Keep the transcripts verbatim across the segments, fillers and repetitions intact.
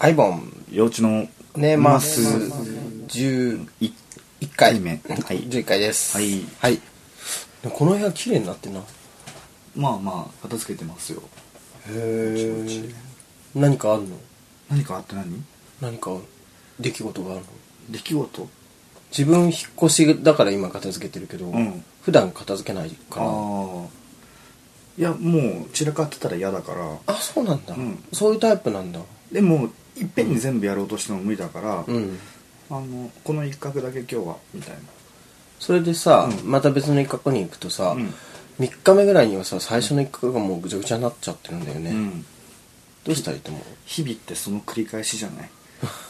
アイボン幼稚のねますじゅういっかいめ、はい、じゅういっかいです。 はい、 はい、この部屋綺麗になってんな。 まあまあ片付けてますよ。 へえ。何かあるの？ 何かあって何？何か出来事があるの？ 出来事？ 自分引っ越しだから今片付けてるけど、うん、普段片付けないから。 あ、いやもう散らかってたら嫌だから。 あ、そうなんだ、うん、そういうタイプなんだ。 でもいっぺんに全部やろうとしても無理だから、 うん、 あのこの一角だけ今日はみたいな。 それでさ、うん、また別の一角に行くとさ、うん、みっかめぐらいにはさ最初の一角がもうぐちゃぐちゃになっちゃってるんだよね、うん、どうしたらいいと思う？ 日々ってその繰り返しじゃない？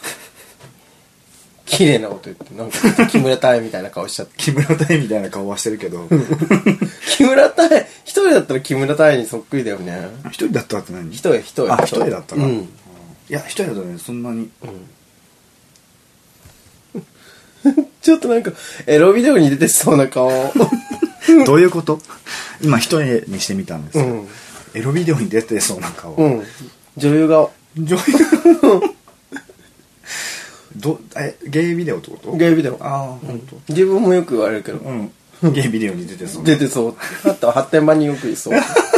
綺麗なこと言ってなんか木村太江みたいな顔しちゃって木村太江みたいな顔はしてるけど木村太江一人だったら木村太江にそっくりだよね。 一人だったらって何？ 一人一人あ一人だったら、うん、いや一人だったらねそんなに、 うん、ちょっとなんかエロビデオに出てそうな顔どういうこと？今一重にしてみたんですよ、うん、エロビデオに出てそうな顔、 うん、女優顔女優どえゲイビデオってこと？ ゲイビデオ。 ああ、本当。 自分もよく言われるけど、 うん、ゲイビデオに出てそう。 出てそう。あと発展場によくいそう。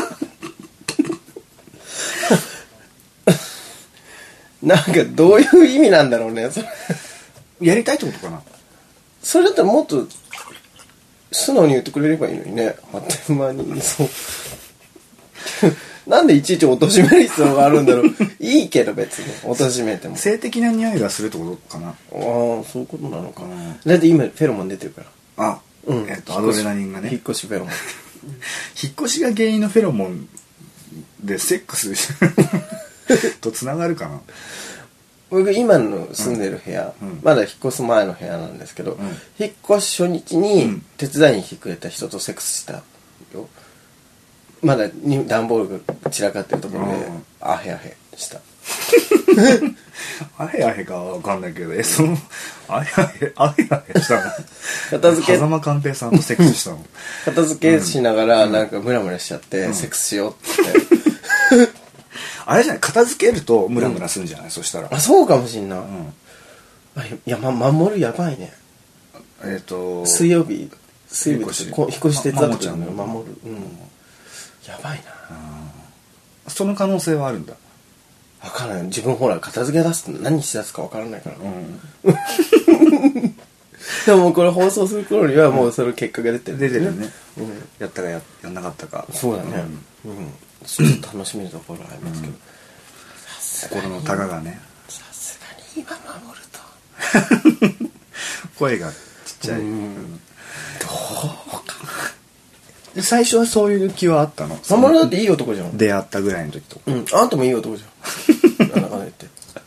なんかどういう意味なんだろうね。それやりたいってことかな。 それだったらもっと素直に言ってくれればいいのにね。発展場にいそう。なんでいちいち貶める必要があるんだろう。いいけど別に貶めても性的な匂いがするってことかな。ああ、そういうことなのか、うん、だって今フェロモン出てるから。 あ、うん、えっとアドレナリンがね。 引っ越しフェロモン引っ越しが原因のフェロモンでセックスとつながるかな。 僕今の住んでる部屋、うん、まだ引っ越す前の部屋なんですけど、うん、引っ越し初日に手伝いに来てくれた人とセックスしたよ。まだに段ボールが散らかってるところでアヘアヘしたアヘアヘかわかんないけど、えそのアヘアヘアヘアヘしたの片付け風間寛平さんとセックスしたの片付けしながらなんかムラムラしちゃって、うん、セックスしようってあれじゃない片付けるとムラムラするんじゃない、うん、そしたらあそうかもしんない、うん、あいや、ま、守るやばいね。 えっ、ー、と水曜日水曜日引っ越し手伝ってくれるの守る、うん、やばいな。 その可能性はあるんだ。 分からない。自分ほら片付け出すと何しだすか分からないから、うん、でもこれ放送する頃にはもうその結果が出てる、 ね、出てるね、うん、やったか や, やんなかったか。 そうだね、うんうん、ちょっと楽しみなところありますけど、 うん、心のタガがねさすがに今守ると声がちっちゃい、うん、 どうかで最初はそういう気はあったの？ 守るだっていい男じゃん。 出会ったぐらいの時とか。 うん、あんたもいい男じゃん。なかなか言って。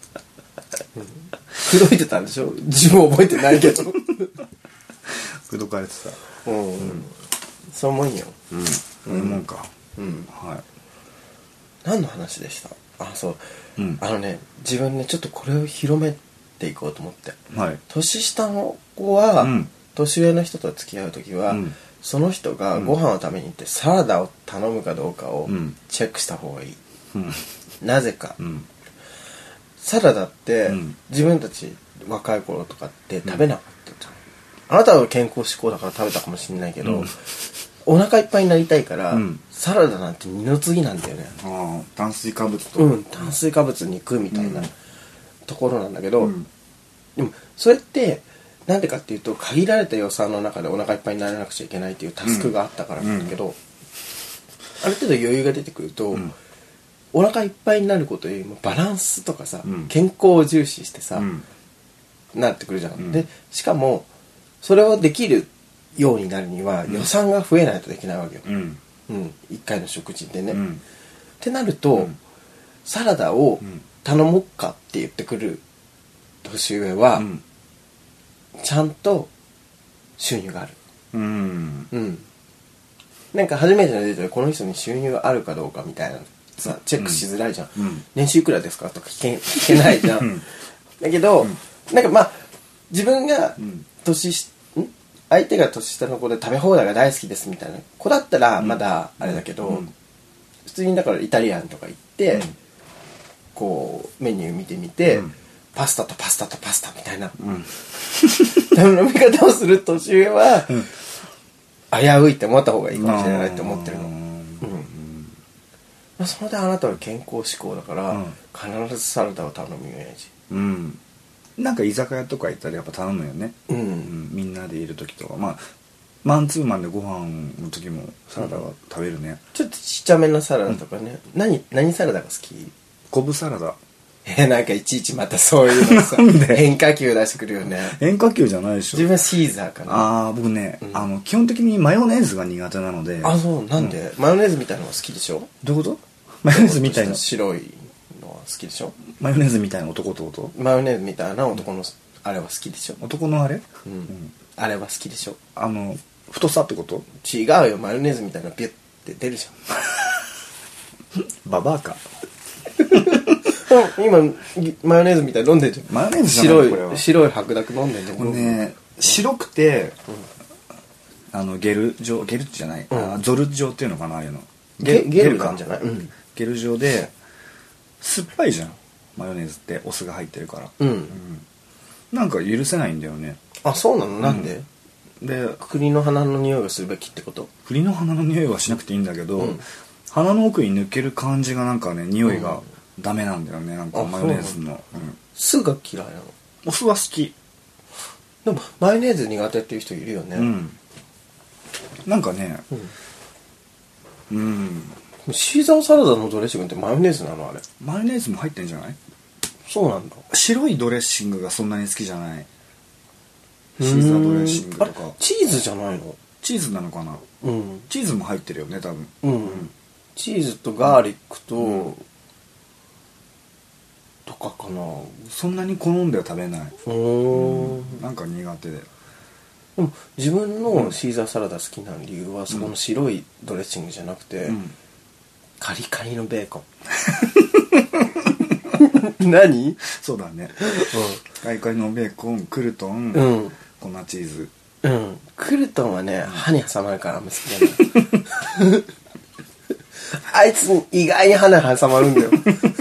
口説いてたんでしょ？自分覚えてないけど。 口説かれてた。うん。うん、 そう思んよ。 うん。そういうもんか。 うん。 はい。 何の話でした？あ、そう。うん、あのね、自分ねちょっとこれを広めていこうと思って。 はい。 年下の子は、うん、年上の人と付き合う時は。うんその人がご飯を食べに行ってサラダを頼むかどうかをチェックした方がいい、うん、なぜか、うん、サラダって、うん、自分たち若い頃とかって食べなかったじゃん、あなたは健康志向だから食べたかもしれないけど、うん、お腹いっぱいになりたいから、うん、サラダなんて二の次なんだよね。 あ炭水化物と、 うん、炭水化物肉みたいなところなんだけど、でもそれってなんでかっていうと限られた予算の中でお腹いっぱいにならなくちゃいけないっていうタスクがあったからなんだけど、うん、ある程度余裕が出てくると、うん、お腹いっぱいになることよりもバランスとかさ、うん、健康を重視してさ、うん、なってくるじゃん、うん、でしかもそれをできるようになるには予算が増えないとできないわけよ、うんうん、いっかいの食事でね、うん、ってなると、うん、サラダを頼もうかって言ってくる年上は、うんちゃんと収入がある。うん。うん。なんか初めてのデートでこの人に収入があるかどうかみたいなさチェックしづらいじゃん。うん、年収いくらですかとか聞け聞けないじゃん。うん、だけど、うん、なんかまあ自分が年し、ん相手が年下の子で食べ放題が大好きですみたいな子だったらまだあれだけど、普通にだからイタリアンとか行って、 こうメニュー見てみて、 うん、 パスタとパスタとパスタみたいな、 うん、 飲み方をする年上は、うん、危ういって思った方がいいかもしれないって思ってるの。うん、まあ、それであなたは健康志向だから、うん、必ずサラダを頼むイメージ。 うん、なんか居酒屋とか行ったらやっぱ頼むよね、 うんうん、 みんなでいる時とか、まあマンツーマンでご飯の時もサラダは食べるね、うん、 ちょっとちっちゃめなサラダとかね、うん、何何サラダが好き？ 昆布サラダ。 えなんかいちいちまたそういうのさ変化球出してくるよね。 変化球じゃないでしょ。 自分はシーザーかな。 ああ僕ね、うん、あの基本的にマヨネーズが苦手なので。 あそうなんで、うん、マヨネーズみたいなのが好きでしょ。 どういうこと？マヨネーズみたいな白いのは好きでしょ。 マヨネーズみたいな男ってこと？ マヨネーズみたいな男のあれは好きでしょ。 男のあれ？ うん、うん、あれは好きでしょ。 あの太さってこと？ 違うよ、マヨネーズみたいなピュッて出るじゃんババアか今マヨネーズみたいに飲んでるじゃん。 マヨネーズじゃないこれは。 白い白濁飲んでるじゃん。 これね、うん、白くて、うん、あのゲル状、ゲルじゃない、うん、あゾル状っていうのかな、ああいうのゲ, ゲルなんじゃない、うん、 ゲル状で酸っぱいじゃんマヨネーズって。お酢が入ってるから、 うんうん、 なんか許せないんだよね。 あそうなの、なんで？で栗の花の匂いがするべきってこと？ 栗の花の匂いはしなくていいんだけど、うん、鼻の奥に抜ける感じがなんかね匂いがダメなんだよね、なんかマヨネーズの、うん、 酢が嫌いなの？ お酢は好き。 でもマヨネーズ苦手っていう人いるよね、うん、 なんかねうん、 うん、シーザーサラダのドレッシングってマヨネーズなの？あれマヨネーズも入ってんじゃない？ そうなんだ。 白いドレッシングがそんなに好きじゃない。シーザードレッシングとか。 チーズじゃないの？ チーズなのかな、うん、チーズも入ってるよね多分、 うんうん、チーズとガーリックと、うん、とかかな。 そんなに好んでは食べない。うん、なんか苦手で。 でも自分のシーザーサラダ好きな理由は、うん、そこの白いドレッシングじゃなくて、うん、カリカリのベーコン何？ そうだね、うん、カリカリのベーコン、クルトン、うん、粉チーズ。 うん、クルトンはね、うん、歯に挟まるからあんま好きじゃないあいつ意外に歯に挟まるんだよ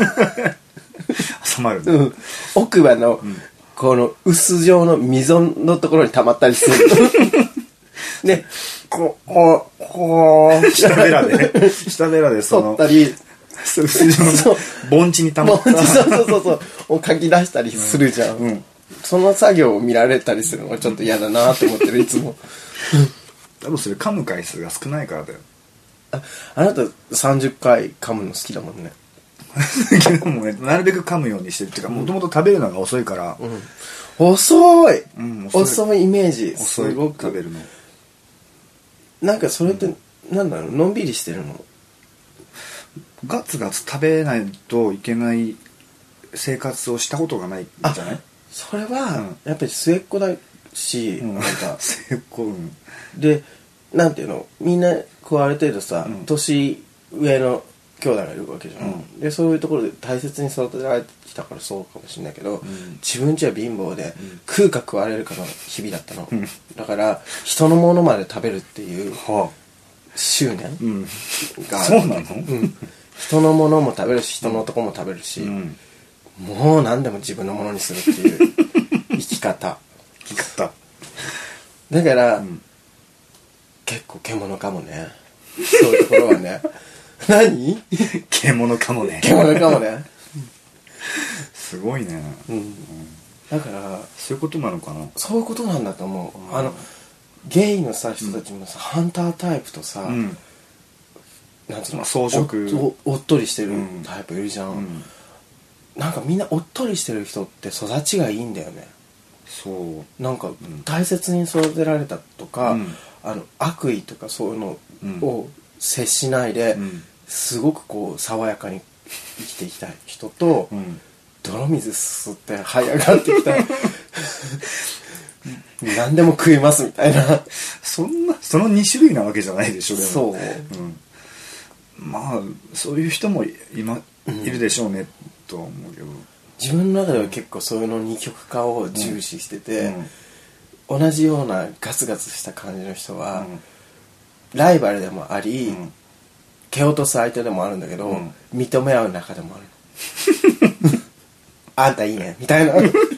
挟まるね、 うん、奥歯の、うん、この薄状の溝のところに溜まったりするでこうこうこう下ベラで下ベラでその取ったり薄状の盆地に溜まったそうそうそうそうを書き出したりするじゃん、うんうん、その作業を見られたりするのがちょっと嫌だなと思ってるいつも多分それ噛む回数が少ないからだよ。 あ、あなたさんじゅっかい噛むの好きだもんねもうね、なるべく噛むようにしてるっていうか、もともと食べるのが遅いから、 うん、遅い、うん、遅い、遅いイメージ。 遅い食べるの。 なんかそれって、うん、なんだろう、のんびりしてるの？ ガツガツ食べないといけない生活をしたことがないんじゃない？ それは、うん、やっぱり末っ子だし、うん、なんか末っ子、うん、 でなんていうの、みんなこうある程度さ、うん、年上の兄弟がいるわけじゃん、うん、でそういうところで大切に育てられてきたからそうかもしれないけど、うん、自分家は貧乏で、うん、食うか食われるかの日々だったの、うん、だから人のものまで食べるっていう執念、うん、がある。 そうなの？うん、 人のものも食べるし人の男も食べるし、うん、もう何でも自分のものにするっていう生き方生き方だから、うん、結構獣かもねそういうところはね何？ 獣かもね獣かもねすごいね、うんうん、 だからそういうことなのかな。 そういうことなんだと思う、うん、あのゲイのさ人たちもさ、うん、ハンタータイプとさ、うん、なんつうの、 装飾お, お, おっとりしてるタイプいるじゃん、うん、なんかみんなおっとりしてる人って育ちがいいんだよね。 そうなんか大切に育てられたとか、うん、あの悪意とかそういうのを接しないで、うん、すごくこう爽やかに生きていきたい人と、うん、泥水吸って這い上がってきた何でも食いますみたいなそんなそのに種類なわけじゃないでしょ。でもそう、 うん、まあそういう人も今いるでしょうね、うん、とは思うけど、 自分の中では結構そういうの二極化を重視してて、うん、同じようなガツガツした感じの人は、うん、ライバルでもあり、うん、蹴落とす相手でもあるんだけど、うん、認め合う仲でもあるあんたいいねみたいな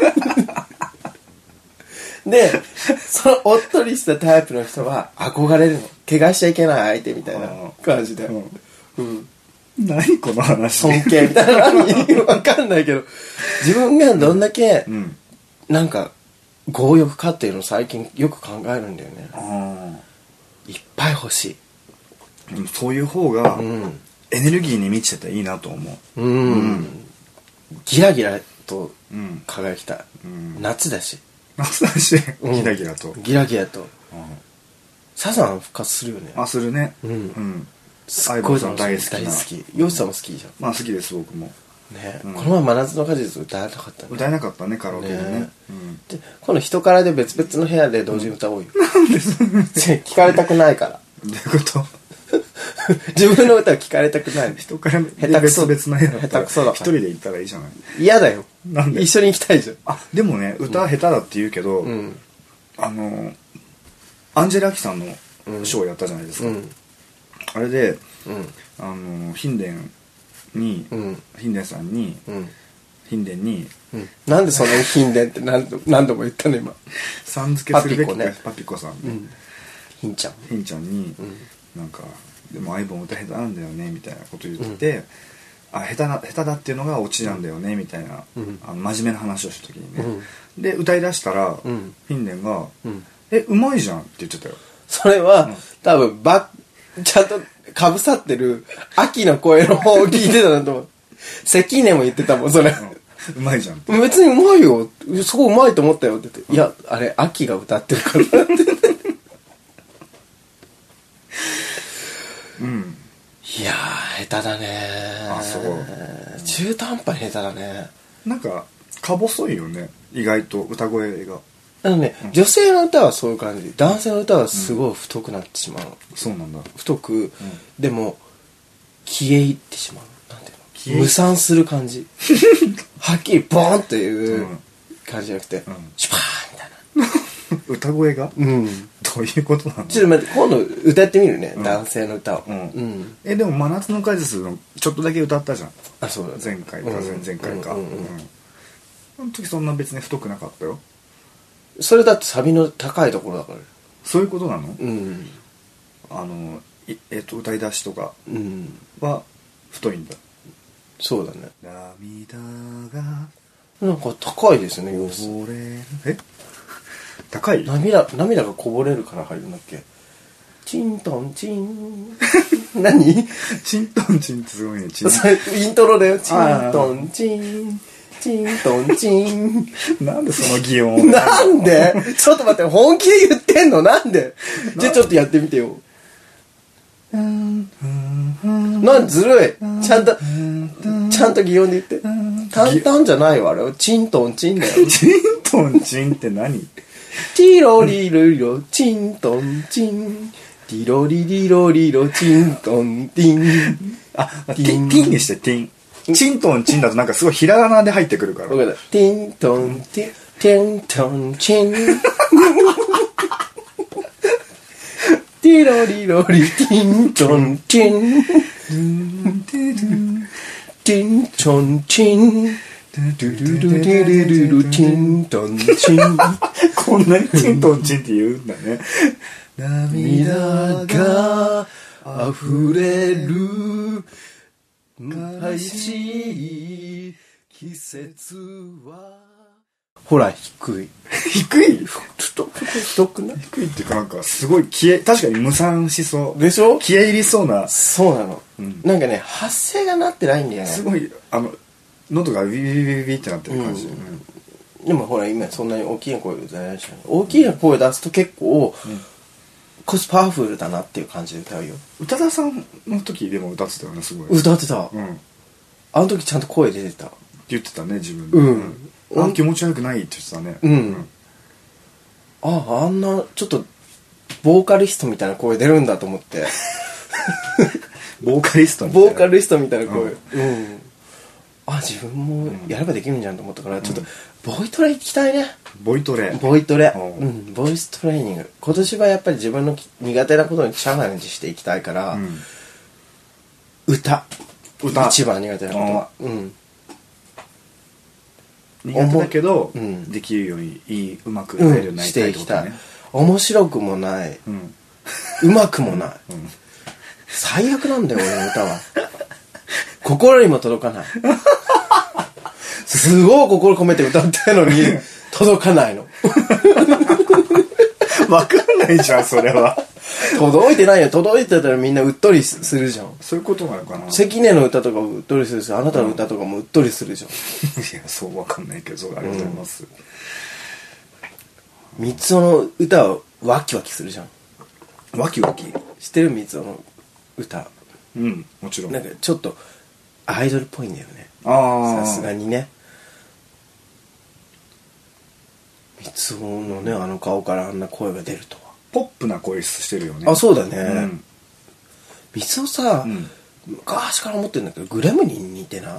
でそのおっとりしたタイプの人は憧れるの、怪我しちゃいけない相手みたいな感じで、うんうん、 何この話、 尊敬みたいな何わかんないけど、自分がどんだけなんか強欲かっていうのを最近よく考えるんだよね。 あいっぱい欲しい。 でもそういう方がうんエネルギーに満ちてていいなと思う。 うん、うん、ギラギラと輝きたい、 うん、 夏だし夏だしギラギラと、 うん、ギラギラと、うん、サザン復活するよね。 あするね、 うん、うん、 すっごい大好きな大好き。ヨシさんも好きじゃん。 まあ好きです僕もね、うん、この前真夏の果実歌えなかったね。 歌えなかったねカラオケで ね, ね、 うん、で今度人からで別々の部屋で同時に歌おうよ、うん、 なんでそんな聞かれたくないからどういうこと自分の歌は聞かれたくない。 人から下手くそ別々の部屋だったら下手くそだ一人で行ったらいいじゃない。 嫌だよ。 なんで一緒に行きたいじゃん。 あでもね歌下手だって言うけど、うん、あのアンジェラ・アキさんのショーをやったじゃないですか、うん、あれで、うん、あのヒンデンに、うん、ヒンデンさんに、うん、ヒンデンに、 うん、なんでそんなにヒンデンって何度何度も言ったの今。 さん付けするべきかパピコさん、ね、うん、 ヒンちゃんヒンちゃんに、うん、なんかでも相棒歌下手なんだよねみたいなこと言ってて、うん、あ下手な下手だっていうのがオチなんだよねみたいな、うん、あの真面目な話をした時にね、うん、で歌い出したら、うん、ヒンデンが、うん、えうまいじゃんって言ってたよ。 それは、うん、多分ばちゃんとかぶさってる秋の声の方を聞いてたなと思う。関根も言ってたもんそれ、 うん、うまいじゃんって別にうまいよそこうまいと思ったよって言って、うん、いやあれ秋が歌ってるからってうん、いやー下手だねー。 あそう中途半端に下手だね。 なんかか細いよね意外と歌声が。 あのね、うん、女性の歌はそういう感じ、男性の歌はすごい太くなってしまう、うん、 そうなんだ。 太く、うん、でも消え入ってしまう、なんていうの、無産する感じはっきりボーンっていう感じじゃなくて、うん、シュパーみたいな歌声が、うん、どういうことなの。 ちょっと待って今度歌ってみるね、うん、男性の歌を、 うんうん、えでも真夏の果実のちょっとだけ歌ったじゃん。 あそうだ、ね、 前回か前々回か、あの時そんな別に太くなかったよ。 それだってサビの高いところだから。 そういうことなの。 うんあのええっと歌い出しとかは太いんだ、うん、 そうだね。 涙がなんか高いですね様子。 これえ高い。 涙涙がこぼれるから入るんだっけ。チントンチン何チントンチンってすごいね。チンイントロだよ。チントンチンチントンチンなんでその擬音なんでちょっと待って本気で言ってんのなんでじゃあちょっとやってみてよ。なんずるい。ちゃんとちゃんと擬音で言って。タンタンじゃないわあれ。チントンチンだよ。 チントンチンって何。 ティロリロリロチントンチンティロリリロリロチントンティン。 あティンティンにしてティン。チントンチンだとなんかすごいひらがなで入ってくるから。 ティントンティンティントンチンティロリロリティントンチンティントンチンドゥルルルルルルチントンチンこんなにチントンチンって言うんだね。 涙が溢れる愛しい季節はほら低い低いちょっと太くない。 低いっていうかなんかすごい消え確かに無産しそうでしょ。 消え入りそうな。 そうなの、うん、なんかね発声がなってないんだよね。 すごいあの喉がビビビビビってなってる感じ、うんうん、でもほら今そんなに大きな声で歌えないし、大きな声出すと結構、うん、コスパワフルだなっていう感じで歌うよ。 宇多田さんの時でも歌ってたよね。すごい歌ってた、うん、あの時ちゃんと声出てたって言ってたね自分で、うんうん、あ気持ち悪くないって言ってたね、 うんうん、ああんなちょっとボーカリストみたいな声出るんだと思ってボーカリストみたいなボーカリストみたいな声、うん、うんあ自分もやればできるんじゃんと思ったから、うん、ちょっとボイトレ行きたいね。 ボイトレボイトレうん、ボイストレーニング今年はやっぱり自分の苦手なことにチャレンジしていきたいから、うん、歌歌一番苦手なことは、うん、 苦手だけど、 うん、 できるようにいいうまく歌えるようになりたいってことね、 うん、面白くもない、うん、うまくもない、うん、最悪なんだよ俺の歌は心にも届かないすごい心込めて歌ってるのに届かないのわかんないじゃんそれは届いてないよ。届いてたらみんなうっとりするじゃん。 そういうことなのかな。 関根の歌とかもうっとりするし、あなたの歌とかもうっとりするじゃん、 うん、いやそうわかんないけどありがとうございます、 うん、三つおの歌はワキワキするじゃん。 ワキワキ知ってる？三つおの歌。 うんもちろん。 なんかちょっとアイドルっぽいんだよね。 あさすがにね。三つおのね、あの顔からあんな声が出るとは。 ポップな声してるよね。 あ、そうだね。 うん、 三つおさ、うん、昔から思ってるんだけどグレムリンに似てない？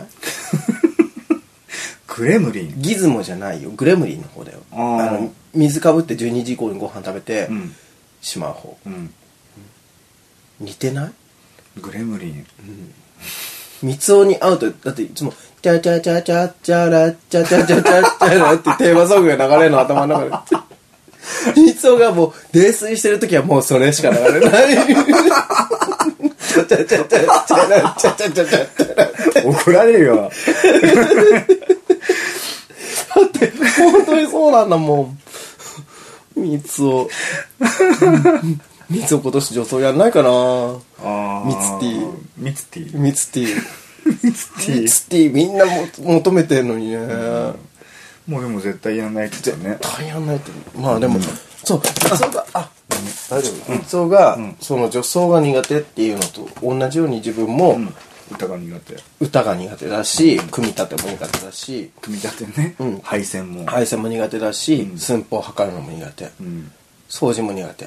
グレムリン？ ギズモじゃないよ、グレムリンの方だよ。あの水かぶってじゅうにじ以降にご飯食べて、うん、しまう方、うん、似てない？ グレムリン、うん、 三つおに会うとだっていつもチャチャチャチャチャラチャチャチャチャチャラってテーマソングが流れるの頭の中で三つおがもう泥酔してる時はもうそれしか流れないチャチャチャチャチャラチャチャチャチャチャラ怒られるよだって本当にそうなんだもん。三つお三つお今年女装やんないかな。あミツティミツティミツティミツティミツティみんなも求めてるのにね、うん、 もうでも絶対やんないって言ったよね。 絶対やんないってまあでも、うん、そう三つおがあ大丈夫三つおが、うん、その女装が苦手っていうのと同じように自分も、うん、 歌が苦手歌が苦手だし、組み立ても苦手だし、 組み立てね、うん、配線も配線も苦手だし、うん、寸法を測るのも苦手、うん、掃除も苦手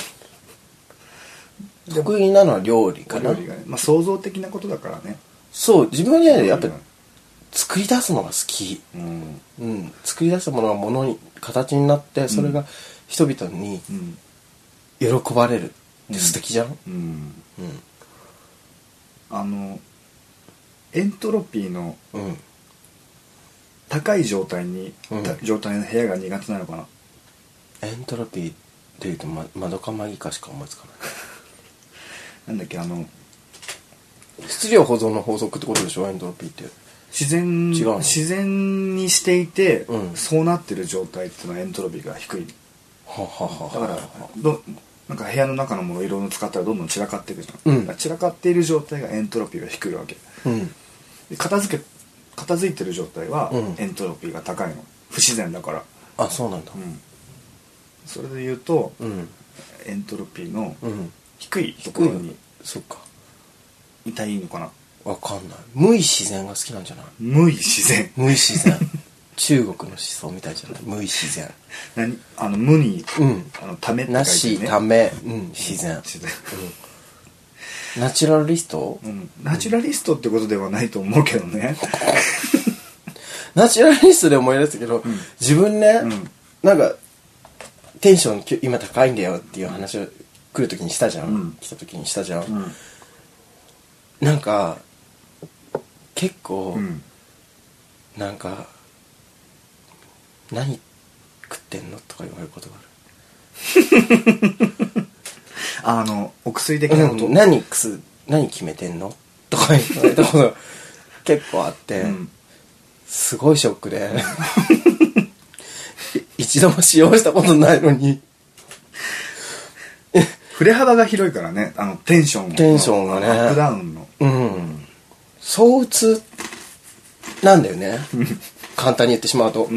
得意なのは料理かな。料理がね、まあ創造的なことだからね。 そう自分にはやっぱり作り出すのが好き、うんうん、作り出したものがものに形になってそれが人々に喜ばれるって素敵じゃん、うんうんうん、 あのエントロピーの高い状態に、うん、状態の部屋が苦手なのかな。 エントロピーっていうとまマドカマギカしか思いつかないなんだっけあの質量保存の法則ってことでしょエントロピーって。 自然違う自然にしていて、うん、そうなってる状態っていうのはエントロピーが低い。はははだからどなんか部屋の中のものをいろいろ使ったらどんどん散らかっていくじゃん、うん、散らかっている状態がエントロピーが低いわけ、うん、で片付け片付いてる状態はエントロピーが高いの、不自然だから。 あそうなんだ、うん、 それで言うと、うん、エントロピーの低いところに、 そっかいたらいいのかな。 わかんない。無意自然が好きなんじゃない？ 無意自然無意自然中国の思想みたいじゃない？無意自然何あの無に、うん、あのためって書いて、ね、 なしため、うん、自然、自然、うん、ナチュラリスト、 うん、ナチュラリストってことではないと思うけどねナチュラリストで思い出したけど、うん、自分ね、うん、なんかテンション今高いんだよっていう話を来る時にしたじゃん、うん、来た時にしたじゃん、うん、なんか結構、うん、なんか何食ってんのとか言われることがあるあのお薬的なこと、 うん、何くす何決めてんのとか言われたことが結構あって、うん、すごいショックで一度も使用したことないのに振れ幅が広いからね、あのテンションテンションがねアップダウンの、うん、 相打つなんだよね簡単に言ってしまうと、うんうん、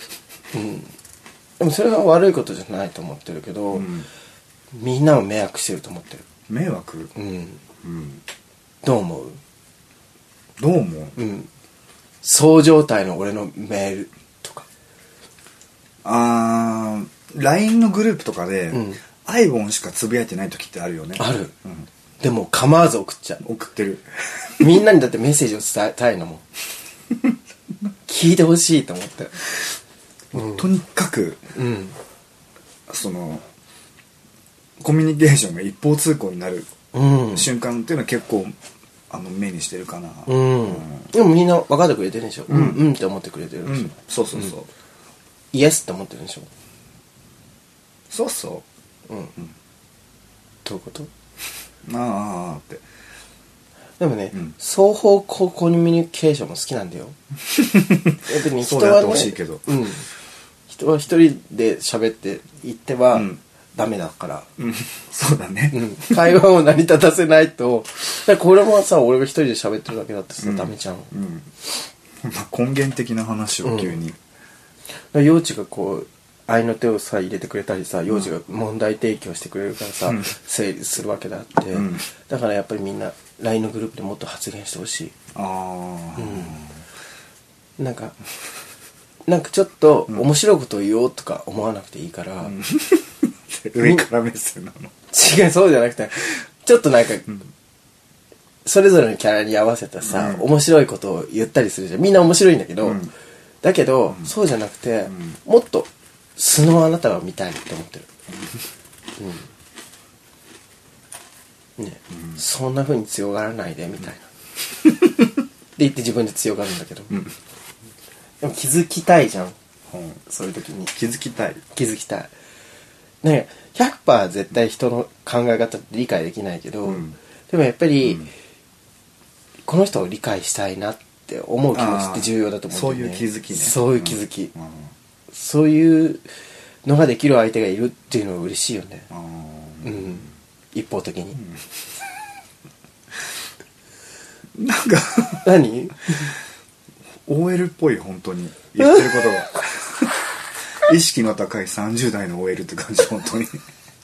でもそれは悪いことじゃないと思ってるけど、うん、みんなを迷惑してると思ってる。 迷惑、うんうん、どう思う？ どう思う？ うん、そう状態の俺のメールとか、 あー ライン のグループとかで、うん、アイボンしかつぶやいてない時ってあるよね。 ある、うん、でも構わず送っちゃう。 送ってるみんなにだってメッセージを伝えたいのも聞いてほしいと思って、 うん、とにかく、うん、そのコミュニケーションが一方通行になる瞬間っていうのは結構あの目にしてるかな。 うん、うん、でもみんな分かってくれてるでしょ。うん、うん、って思ってくれてるでしょ、うん、 そうそうそう、うん、 イエスって思ってるでしょ。 そうそう、うん、うん、 どういうこと？ ああってでもね、うん、双方向コミュニケーションも好きなんだよ。やっぱり、ね、人はね、うん、人は一人で喋って言ってはダメだから、 うん、そうだね、 うん、会話を成り立たせないと。だからこれもさ、俺が一人で喋ってるだけだってさ、うん、ダメじゃん、うん、 根源的な話を急に、 うん、幼稚がこう愛の手をさ入れてくれたりさ、幼児が問題提供してくれるからさ、うん、整理するわけだって、うん、だからやっぱりみんな ライン のグループでもっと発言してほしい。ああ、うん、なんかなんかちょっと面白いことを言おうとか思わなくていいから、うん、 上から目線なの？ 違う、そうじゃなくて、ちょっとなんか、うん、それぞれのキャラに合わせたさ、うん、面白いことを言ったりするじゃん。みんな面白いんだけど、うん、だけど、うん、そうじゃなくて、うん、もっと素のあなたが見たいって思ってる。うんね、うん、そんな風に強がらないでみたいな。って言って自分で強がるんだけど、うん、でも気づきたいじゃん、うん、そういう時に気づきたい気づきたいね。ひゃくパーセント 絶対人の考え方って理解できないけど、うん、でもやっぱり、うん、この人を理解したいなって思う気持ちって重要だと思うんだよね。 そういう気づきね。 そういう気づき、うんうん、そういうのができる相手がいるっていうのは嬉しいよね。うん、一方的に、 うん、なんか何オーエル っぽい、本当に言ってることが意識の高いさんじゅう代の オーエル って感じ。本当に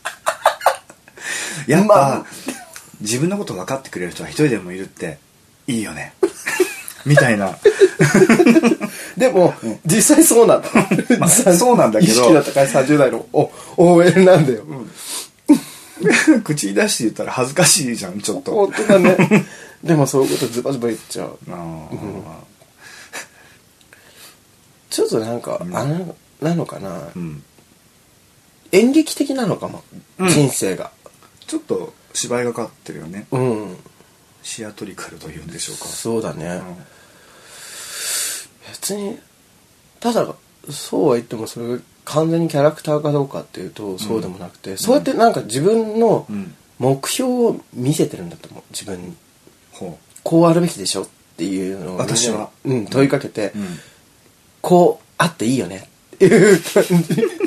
やっぱ、まあ、自分のこと分かってくれる人は一人でもいるっていいよねみたいなでも、うん、実際そうなんだ、 まあ、そうなんだけど意識の高いさんじゅう代の オーエル なんだよ、 うん、口に出して言ったら恥ずかしいじゃん、ちょっと。 本当だねでもそういうことズバズバ言っちゃう。あ、うん、ちょっとなんか、うん、あのなのかな、うん、演劇的なのかも、うん、人生がちょっと芝居がかってるよね、 うん、 シアトリカルというんでしょうか。 そうだね、うん、別にただそうは言ってもそれが完全にキャラクターかどうかっていうとそうでもなくて、うん、そうやってなんか自分の目標を見せてるんだと思う、自分に、うん、こうあるべきでしょっていうのを私は、 うん、問いかけて、うん、こうあっていいよねっていう感じ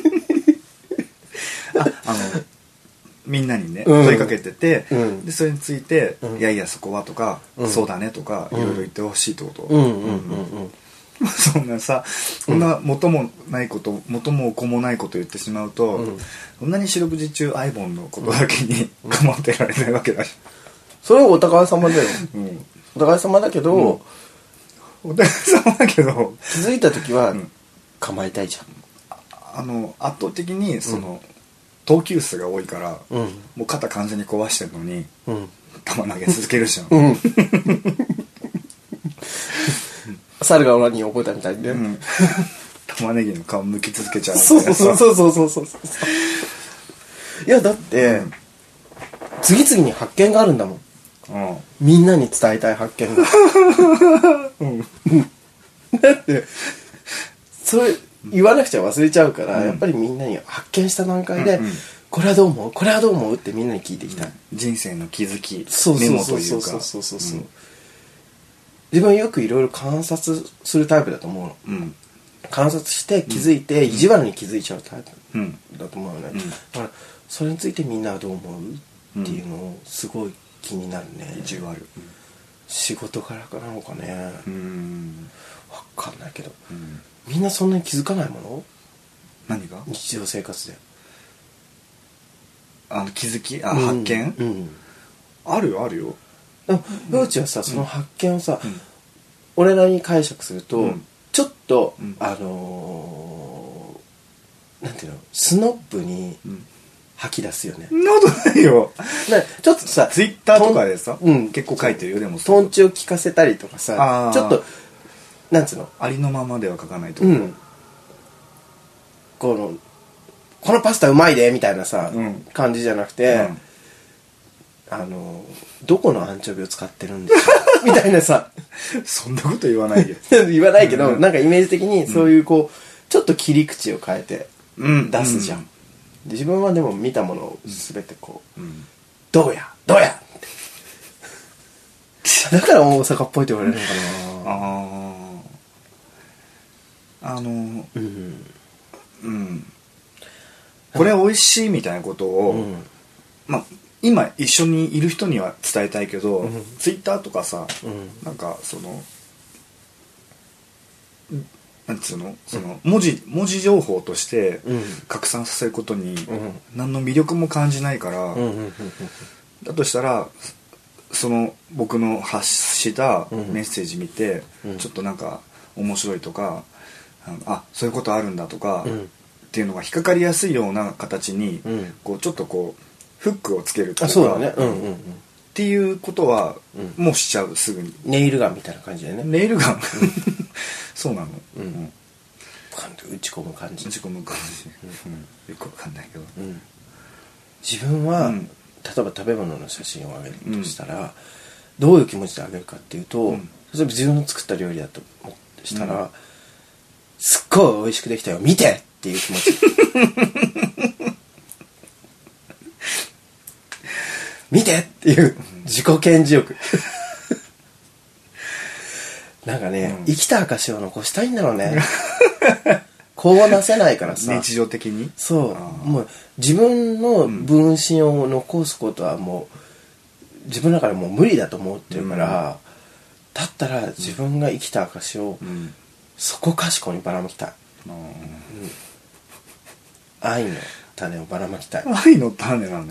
あ, あのみんなにね、うん、問いかけてて、うん、でそれについて、うん、いやいやそこはとか、うん、そうだねとか、いろいろ言ってほしいってこと。そんなさ、そんな元もないこと元も子もないこと言ってしまうと、うん、そんなに四六時中アイボンのことだけに構ってられないわけだし、 それはお互い様だよ、うん、お互い様だけど、うん、 お互い様だけど気づいた時は構いたいじゃん、 あの圧倒的にその、うん、投球数が多いから、うん、もう肩完全に壊してるのに、うん、球投げ続けるじゃん、うん猿がオラに覚えたみたいで、うん、 玉ねぎの皮むき続けちゃうみたいな。そうそうそうそうそうそういやだって、うん、次々に発見があるんだもん、うん、みんなに伝えたい発見が、うん、だってそれ言わなくちゃ忘れちゃうから、うん、やっぱりみんなに発見した段階で、うんうん、これはどう思うこれはどう思うってみんなに聞いていきたい、 うん、人生の気づきメモというか、そうそうそうそう、うん、自分はよくいろいろ観察するタイプだと思うの、うん、観察して気づいて、うん、意地悪に気づいちゃうタイプだと思うよね、うん、だからそれについてみんなはどう思うっていうのをすごい気になるね、 意地悪、うん、 仕事柄かなのかね、うん、分かんないけど、うん、みんなそんなに気づかないもの？ 何が？ 日常生活であの気づきあ、うん、発見、うん、あるよあるよ。 でも陽一はさ、その発見をさ、うん、俺なりに解釈すると、うん、ちょっと、うん、あのー、なんていうのスノップに吐き出すよね。 そんなことないよ。 ちょっとさツイッターとかでさ、うん、結構書いてるよ。でもトンチを聞かせたりとかさ、ちょっとなんつうのありのままでは書かないと、 うん、このこのパスタうまいでみたいなさ、うん、感じじゃなくて、 あのどこのアンチョビを使ってるんですかみたいなさそんなこと言わないで言わないけど、 うん、 なんかイメージ的にそういうこうちょっと切り口を変えて出すじゃん、 うん、 で自分はでも見たものを全てこう、 うん、 どうやどうやってだから大阪っぽいって言われるのかな。 あああのうんうんこれ美味しいみたいなことを、うん、まあ今一緒にいる人には伝えたいけど、うん、ツイッターとかさ、うん、なんかそのなんつうのその文字文字情報として拡散させることに何の魅力も感じないから、だとしたらその僕の発したメッセージ見て、ちょっとなんか面白いとか、あそういうことあるんだとか、っていうのが引っかかりやすいような形に、こうちょっとこうフックをつけるとか、 そうだね、うんうんうん、 っていうことはもうしちゃう、すぐに。 ネイルガンみたいな感じでね。 ネイルガン、うん、そうなの、うんうん、 打ち込む感じ打ち込む感じ、うんうん、よくわかんないけど、うん、 自分は、うん、例えば食べ物の写真をあげるとしたら、うん、どういう気持ちであげるかっていうと、うん、例えば自分の作った料理だと思ってしたら、うん、すっごい美味しくできたよ見てっていう気持ち見てっていう自己顕示欲なんかね、うん、生きた証を残したいんだろうねこうなせないからさ、 日常的に。 そうもう自分の分身を残すことはもう自分の中でもう無理だと思ってるから、うん、だったら自分が生きた証を、うん、そこかしこにばらまきたい、うんうん、愛の種をばらまきたい。 愛の種なの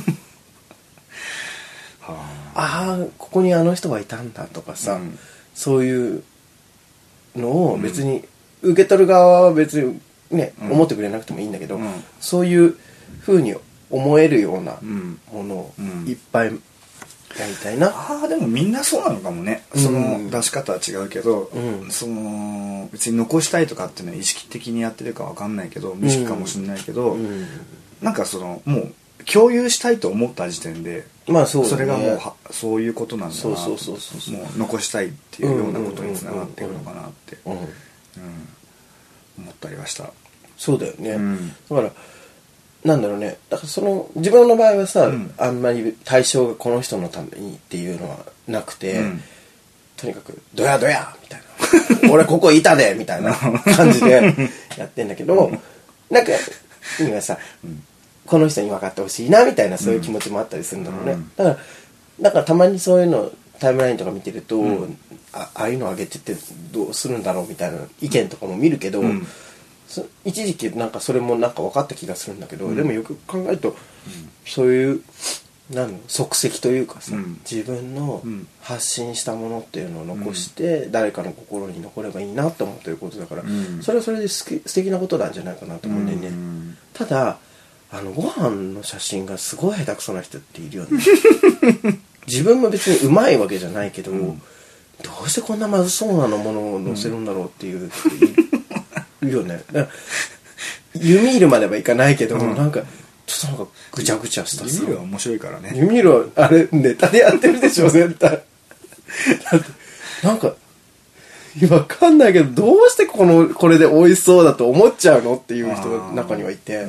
はああここにあの人がいたんだとかさ、うん、そういうのを別に受け取る側は別にね、うん、思ってくれなくてもいいんだけど、うん、そういう風に思えるようなものをいっぱいやりたいな、うん、 ああでもみんなそうなのかもね、うん、その出し方は違うけど、うん、その別に残したいとかっていうのは意識的にやってるかわかんないけど無意識かもしれないけど、うん、なんかそのもう共有したいと思った時点で、まあそうね、それがもうはそういうことなんだな、そうそうそうそう、もう残したいっていうようなことにつながっているのかなって、うんうん、思ったりはした。 そうだよね、うん、だからなんだろうね、だからその自分の場合はさ、うん、あんまり対象がこの人のためにっていうのはなくて、うん、とにかくドヤドヤみたいな俺ここいたでみたいな感じでやってんだけどなんか今さ、うんこの人に分かってほしいなみたいなそういう気持ちもあったりするんだろうね、うん、だからだからたまにそういうのタイムラインとか見てると、うん、あ, ああいうの上げてってどうするんだろうみたいな意見とかも見るけど、うん、一時期なんかそれもなんか分かった気がするんだけど、うん、でもよく考えると、うん、そういうなんの足跡というかさ、うん、自分の発信したものっていうのを残して、うん、誰かの心に残ればいいなと思ってることだから、うん、それはそれで好き素敵なことなんじゃないかなと思うんだよね、うん、ただあのご飯の写真がすごい下手くそな人っているよね自分も別にうまいわけじゃないけど、うん、どうしてこんなまずそうなのものを載せるんだろうっていう人いるよね。だから弓入るまではいかないけど、うん、なんかちょっとなんかぐちゃぐちゃしたさ、 弓入るは面白いからね。 弓入るはあれネタでやってるでしょ絶対だってなんかわかんないけどどうしてこのこれで美味しそうだと思っちゃうのっていう人が中にはいて、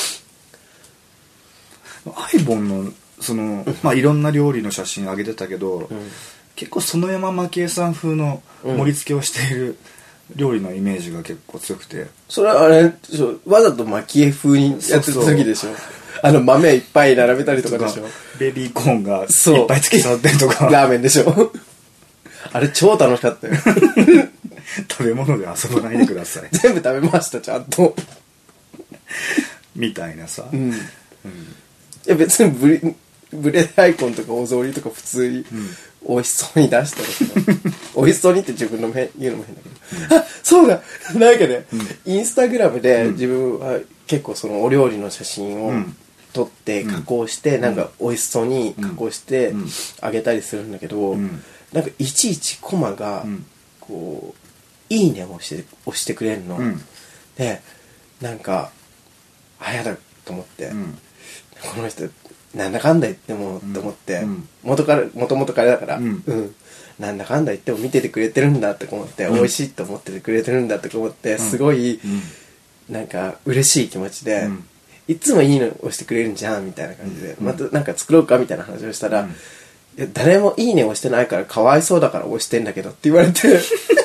アイボンのその、まあ、いろんな料理の写真上げてたけど、うん、結構園山蒔絵さん風の盛り付けをしている料理のイメージが結構強くて、 それはあれわざと蒔絵風にやってる時でしょ。あの豆いっぱい並べたりとかでしょ。 ベビーコーンがいっぱいつきさってとかラーメンでしょあれ超楽しかったよ食べ物で遊ばないでください全部食べましたちゃんとみたいなさ、うんうん、いや別にブリブレ大根とかお雑煮とか普通に美味しそうに出したら、うん、美味しそうにって自分の言うのも変だけど、うん、あそうだなんかね、うん、インスタグラムで自分は結構そのお料理の写真を撮って加工して、うん、なんか美味しそうに加工してあげたりするんだけど、うん、なんかいちいちコマがこういいねを押して押してくれるの、うん、でなんかあやだと思って、うん、この人なんだかんだ言ってもって思って、 うん、 元から元々からだから、 うん、 うん、なんだかんだ言っても見ててくれてるんだって思って、うん、美味しいと思っててくれてるんだって思って、すごい、うん、なんか嬉しい気持ちで、うん、いつもいいの押してくれるんじゃんみたいな感じで、うん、またなんか作ろうかみたいな話をしたら、うん、いや誰もいいね押してないからかわいそうだから押してんだけどって言われて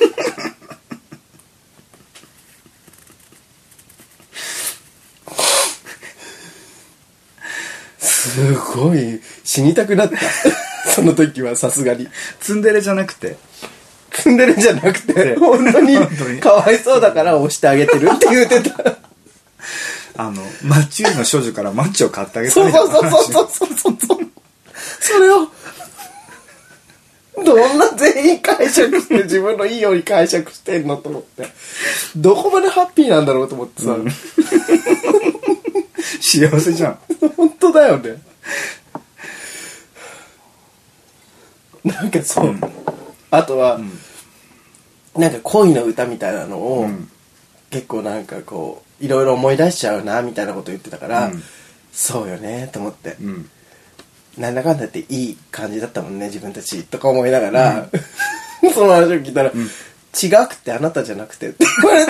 すごい死にたくなったその時はさすがにツンデレじゃなくてツンデレじゃなくて本当にかわいそうだから押してあげてるって言ってたあのマッチ売りの少女からマッチを買ってあげたみたいな話。そうそうそうそうそうそれをどんな全員解釈して自分のいいように解釈してんのと思ってどこまでハッピーなんだろうと思ってさ、うん、 幸せじゃん本当だよねなんかそう、うん、あとは、うん、なんか恋の歌みたいなのを、うん、結構なんかこういろいろ思い出しちゃうなみたいなこと言ってたから、うん、そうよねと思って、うん、なんだかんだっていい感じだったもんね自分たちとか思いながら、うん、その話を聞いたら、うん、違くてあなたじゃなくてって言われて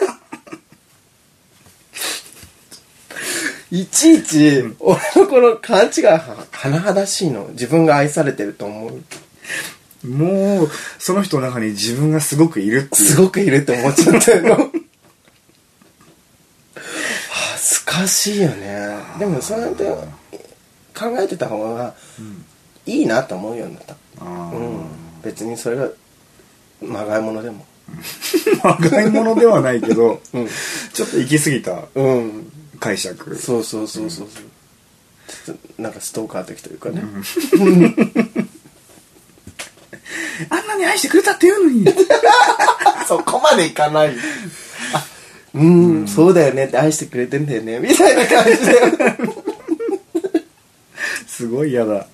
いちいち、うん、俺のこの勘違いは甚だしいの自分が愛されてると思うもうその人の中に自分がすごくいるっていうすごくいるって思っちゃったの恥ずかしいよねでもそうやって考えてた方がいいなと思うようになった、うん、別にそれがまがいものでもまがいものではないけど、うん、ちょっと行き過ぎた、うん解釈そうそうそうそう、うん、ちょっとなんかストーカー的というかね、うん、 あんなに愛してくれたって言うのにそこまでいかないあうん、うん、そうだよねって愛してくれてんだよねみたいな感じですごい嫌だ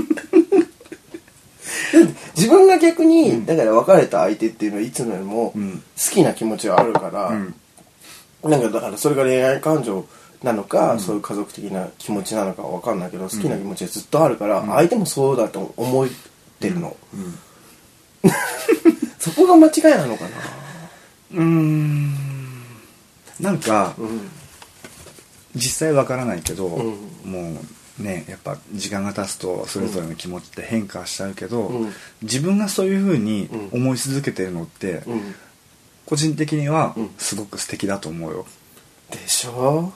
自分が逆に、うん、だから別れた相手っていうのはいつもよりも好きな気持ちがあるから、うんなんかだからそれが恋愛感情なのか、うん、そういう家族的な気持ちなのかは分かんないけど好きな気持ちがずっとあるから、うん、相手もそうだと思ってるの、うんうん、そこが間違いなのかなうーんなんか、うん、実際分からないけど、うん、もうねやっぱ時間が経つとそれぞれの気持ちって変化しちゃうけど、うん、自分がそういう風に思い続けてるのって、うん個人的にはすごく素敵だと思うよ、 うん、でしょ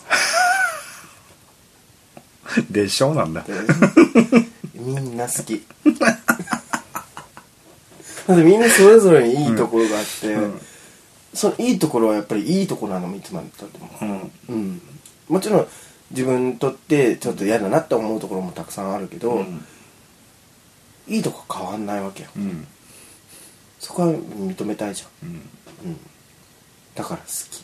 でしょなんだみんな好きだってみんなそれぞれにいいところがあって、うん、そのいいところはやっぱりいいところなのもいつまでたっても、うんうん、もちろん自分にとってちょっと嫌だなって思うところもたくさんあるけど、うん、いいとこ変わんないわけよ、うん、そこは認めたいじゃん、うんうん、だから好き、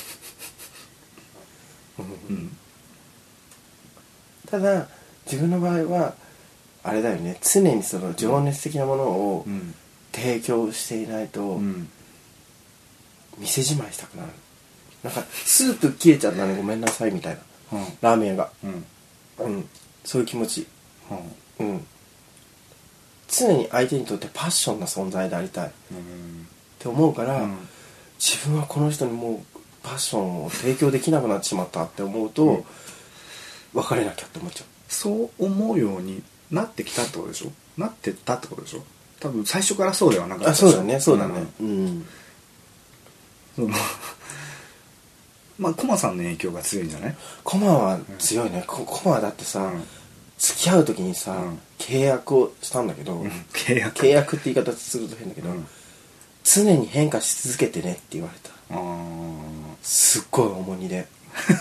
うん、ただ自分の場合はあれだよね常にその情熱的なものを提供していないと、うん、店じまいしたくなるなんかスープ切れちゃったねごめんなさいみたいな、うん、ラーメンが、うんうん、そういう気持ち、うんうん、常に相手にとってパッションな存在でありたい、うん、って思うから、うん自分はこの人にもうパッションを提供できなくなってしまったって思うと、うん、別れなきゃって思っちゃうそう思うようになってきたってことでしょなってったってことでしょ多分最初からそうではなかったでしょあそうだねそうだねうん、うん、 そのまあコマさんの影響が強いんじゃないコマは強いね、うん、コマはだってさ、うん、付き合う時にさ、うん、契約をしたんだけど、うん、契約契約って言い方すると変だけど、うん常に変化し続けてねって言われたあすっごい重荷で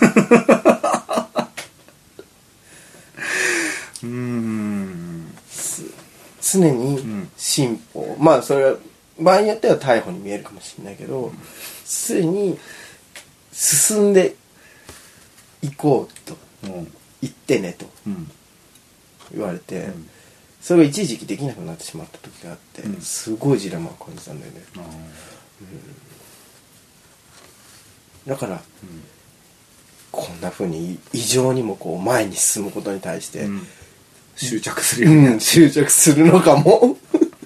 うーん常に進歩、うん、まあそれは場合によっては逮捕に見えるかもしれないけど常に進んでいこうと、うん、言ってねと言われて、うんそれが一時期できなくなってしまった時があって、うん、すごいジレンマを感じたんだよね、うん、だから、うん、こんな風に異常にもこう前に進むことに対して、 うん、執着するようになって、 うん、執着するのかも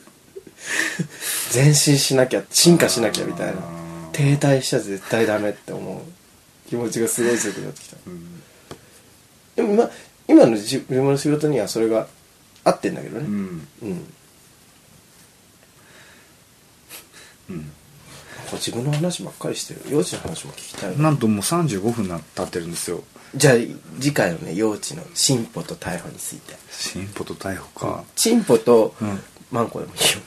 前進しなきゃ進化しなきゃみたいな、停滞しちゃ絶対ダメって思う気持ちがすごい強くなってきた、うん、でも今今の自分の仕事にはそれが合ってんだけどね、うんうんうん、自分の話ばっかりしてる。幼稚の話も聞きたい。 なんともうさんじゅうごふんな経ってるんですよ。 じゃあ次回のね、幼稚の進歩と逮捕について。 進歩と逮捕か。 進歩とマンコでもいいよ、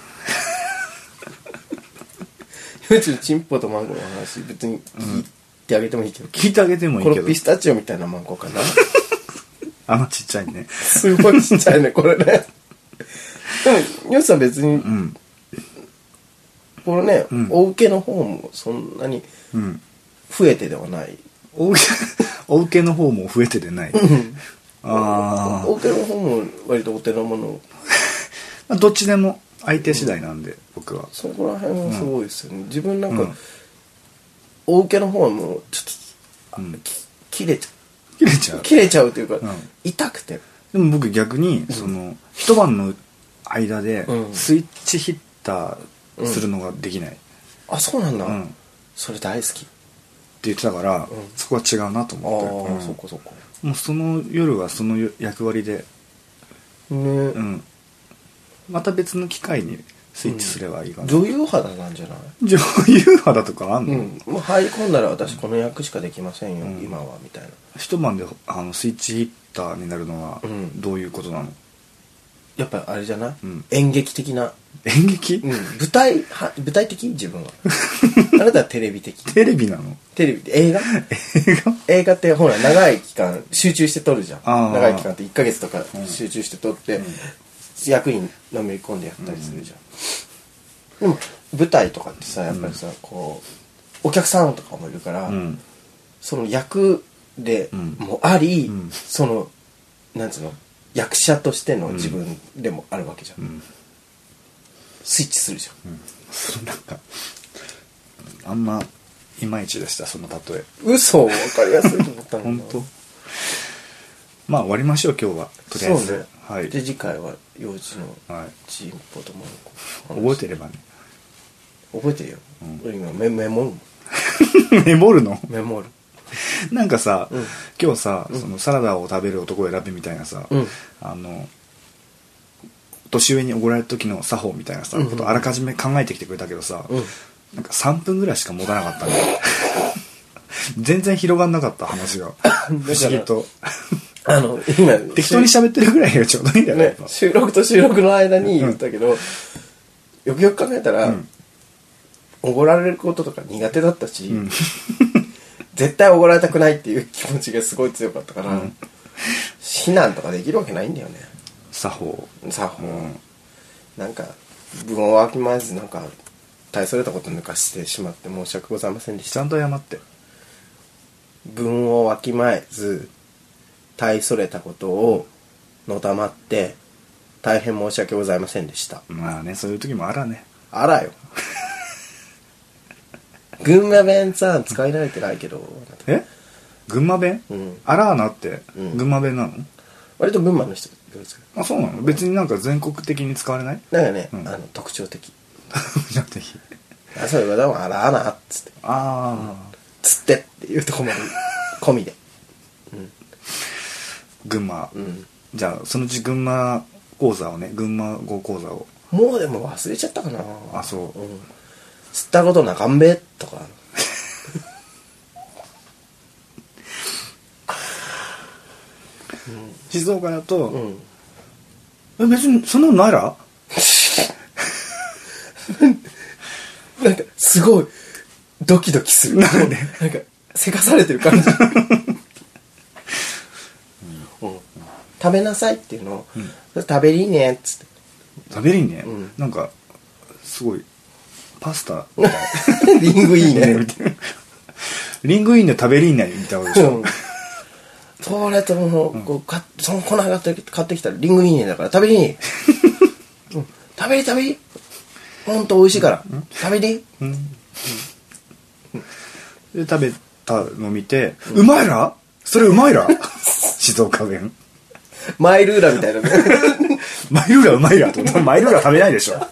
うん、幼稚の進歩とマンコの話別に聞いてあげてもいいけど、うん、 聞いてあげてもいいけど、 このピスタチオみたいなマンコかなあのちっちゃいね、 すごいちっちゃいねこれね。でも幼稚さん別に、うん、このね、うん、お受けの方もそんなに増えてではない、 うん、お受けお受けの方も増えてでない、うん、 ああお受けの方も割とお手のものどっちでも相手次第なんで、うん、僕はそこら辺はすごいですよね、うん、自分なんか、うん、お受けの方はもうちょっと、うん、切れちゃう切れちゃう切れちゃうというか、うん、痛くて。 でも僕逆に、うん、その一晩の間でスイッチヒッターするのができない、 うん、あ、そうなんだ、うん、それ大好きって言ってたから、うん、そこは違うなと思って、ああ、うん、 そっかそっか、 もうその夜はその役割でね、うん、また別の機会にスイッチすればいいかな、 うん、女優肌なんじゃない？ 女優肌とかあんの？うん、 もう入り込んだら私この役しかできませんよ、うん、今はみたいな。 一晩であのスイッチヒッターになるのはどういうことなの？ やっぱあれじゃない、うん、演劇的な。 演劇、 うん、舞台は舞台的自分はあなたはテレビ的。 テレビなの？テレビ映画映画映画ってほら長い期間集中して撮るじゃん。長い期間っていっかげつとか集中して撮って、うんうん、役にのめり込んでやったりするじゃん、うん、でも舞台とかってさやっぱりさ、うん、こうお客さんとかもいるから、うん、その役でもあり、うん、そのなんつうの役者としての自分でもあるわけじゃん、うん、スイッチするじゃん、うん、 そなんかあんまいまいちでしたその例え。 嘘、分かりやすいと思ったんだ本当。まあ終わりましょう今日はとりあえず、ね、はい、 で次回は幼稚のチンポとマンコ、 覚えてればね。 覚えてるよ、うん、俺今メ, メモるもんメモるのメモるなんかさ、うん、今日さ、うん、そのサラダを食べる男を選べみたいなさ、うん、あの年上におごられた時の作法みたいなさ、うん、ことあらかじめ考えてきてくれたけどさ、うん、なんかさんぷんぐらいしか持たなかったね全然広がんなかった話が不思議とあの今適当に喋ってるぐらいがちょうどいいんだよね。 収録と収録の間に言ったけど、うん、よくよく考えたらおご、うん、られることとか苦手だったし、うん絶対おごられたくないっていう気持ちがすごい強かったから、うん、避難とかできるわけないんだよね。 作法作法、うん、なんか分をわきまえずなんか大それたこと抜かしてしまって申し訳ございませんでした。 ちゃんと謝って。 分をわきまえず大それたことをのたまって大変申し訳ございませんでした。 まあね、そういう時もあらね。 あらよ群馬弁さ使い慣れてないけど。 え群馬弁、うん、あらーなって、うん、群馬弁なの？割と群馬の人あ、そうなの？別になんか全国的に使われない？ なんかね、うん、あの特徴的特徴的あ、そういうことはあらーなっつってああ、うん、 つってっていうとこまで込みで、うん、 群馬、うん、じゃあそのうち群馬講座をね、群馬語講座をもうでも忘れちゃったかなあ、そう、うん、 吸ったことなかんべとか静岡だと、うん、え別にそんなのないらなんかすごいドキドキするなんか、ね、なんかせかされてる感じ、うんうん、食べなさいっていうのを、うん、食べりーねっつって食べりーね、うん、なんかすごいパスタリングイーネみたいなリングイーネ食べりーねみたいなでしょ、うん、 それともう、こうかその粉が買ってきたらリングイーネだから食べりー、うん、食べり食べりほんと美味しいから、うん、食べり、うんうん、で食べたの見て、うん、うまいら好それうまいら静岡弁。 マイルーラみたいなね。 マイルーラうまいらってことマイルーラ食べないでしょ。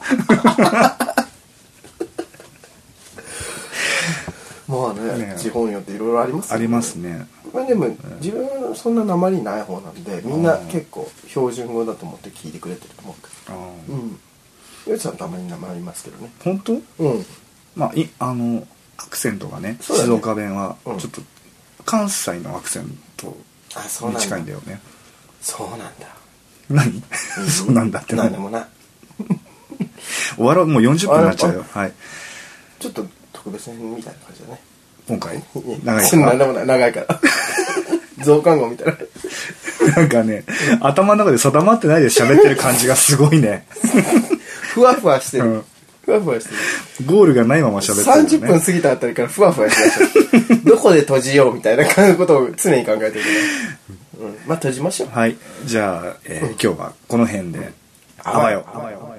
まあね、 ね地方によっていろいろありますよね。 ありますね。 まあでも、自分はそんな訛りない方なんで、みんな結構標準語だと思って聞いてくれてると思うけあど。うん。ヨシさんたまに訛りますけどね。 本当？ うん。 まあ、いあのアクセントがね、 そうだね静岡弁はうんちょっと関西のアクセントあ、そうになんだ。 近いんだよね。 そうなんだ。 何？そうなんだってなんでもない。 終わろう、もうよんじゅっぷんになっちゃうよ。はい。 ちょっと特別編みたいな感じだね。 今回長いそんなんでかもない、長いから。増刊号みたいな。 ら。なんかね、頭の中で定まってないで喋ってる感じがすごいね。 ふわふわしてる。 うんふわふわしてる。 ゴールがないまま喋ってる、ね。 さんじゅっぷん過ぎたあたりからふわふわしてました。どこで閉じようみたいな感じのことを常に考えてるけど。うん。まあ閉じましょう。 はい。じゃあ、えー今日はこの辺で。あわよ。あわよ。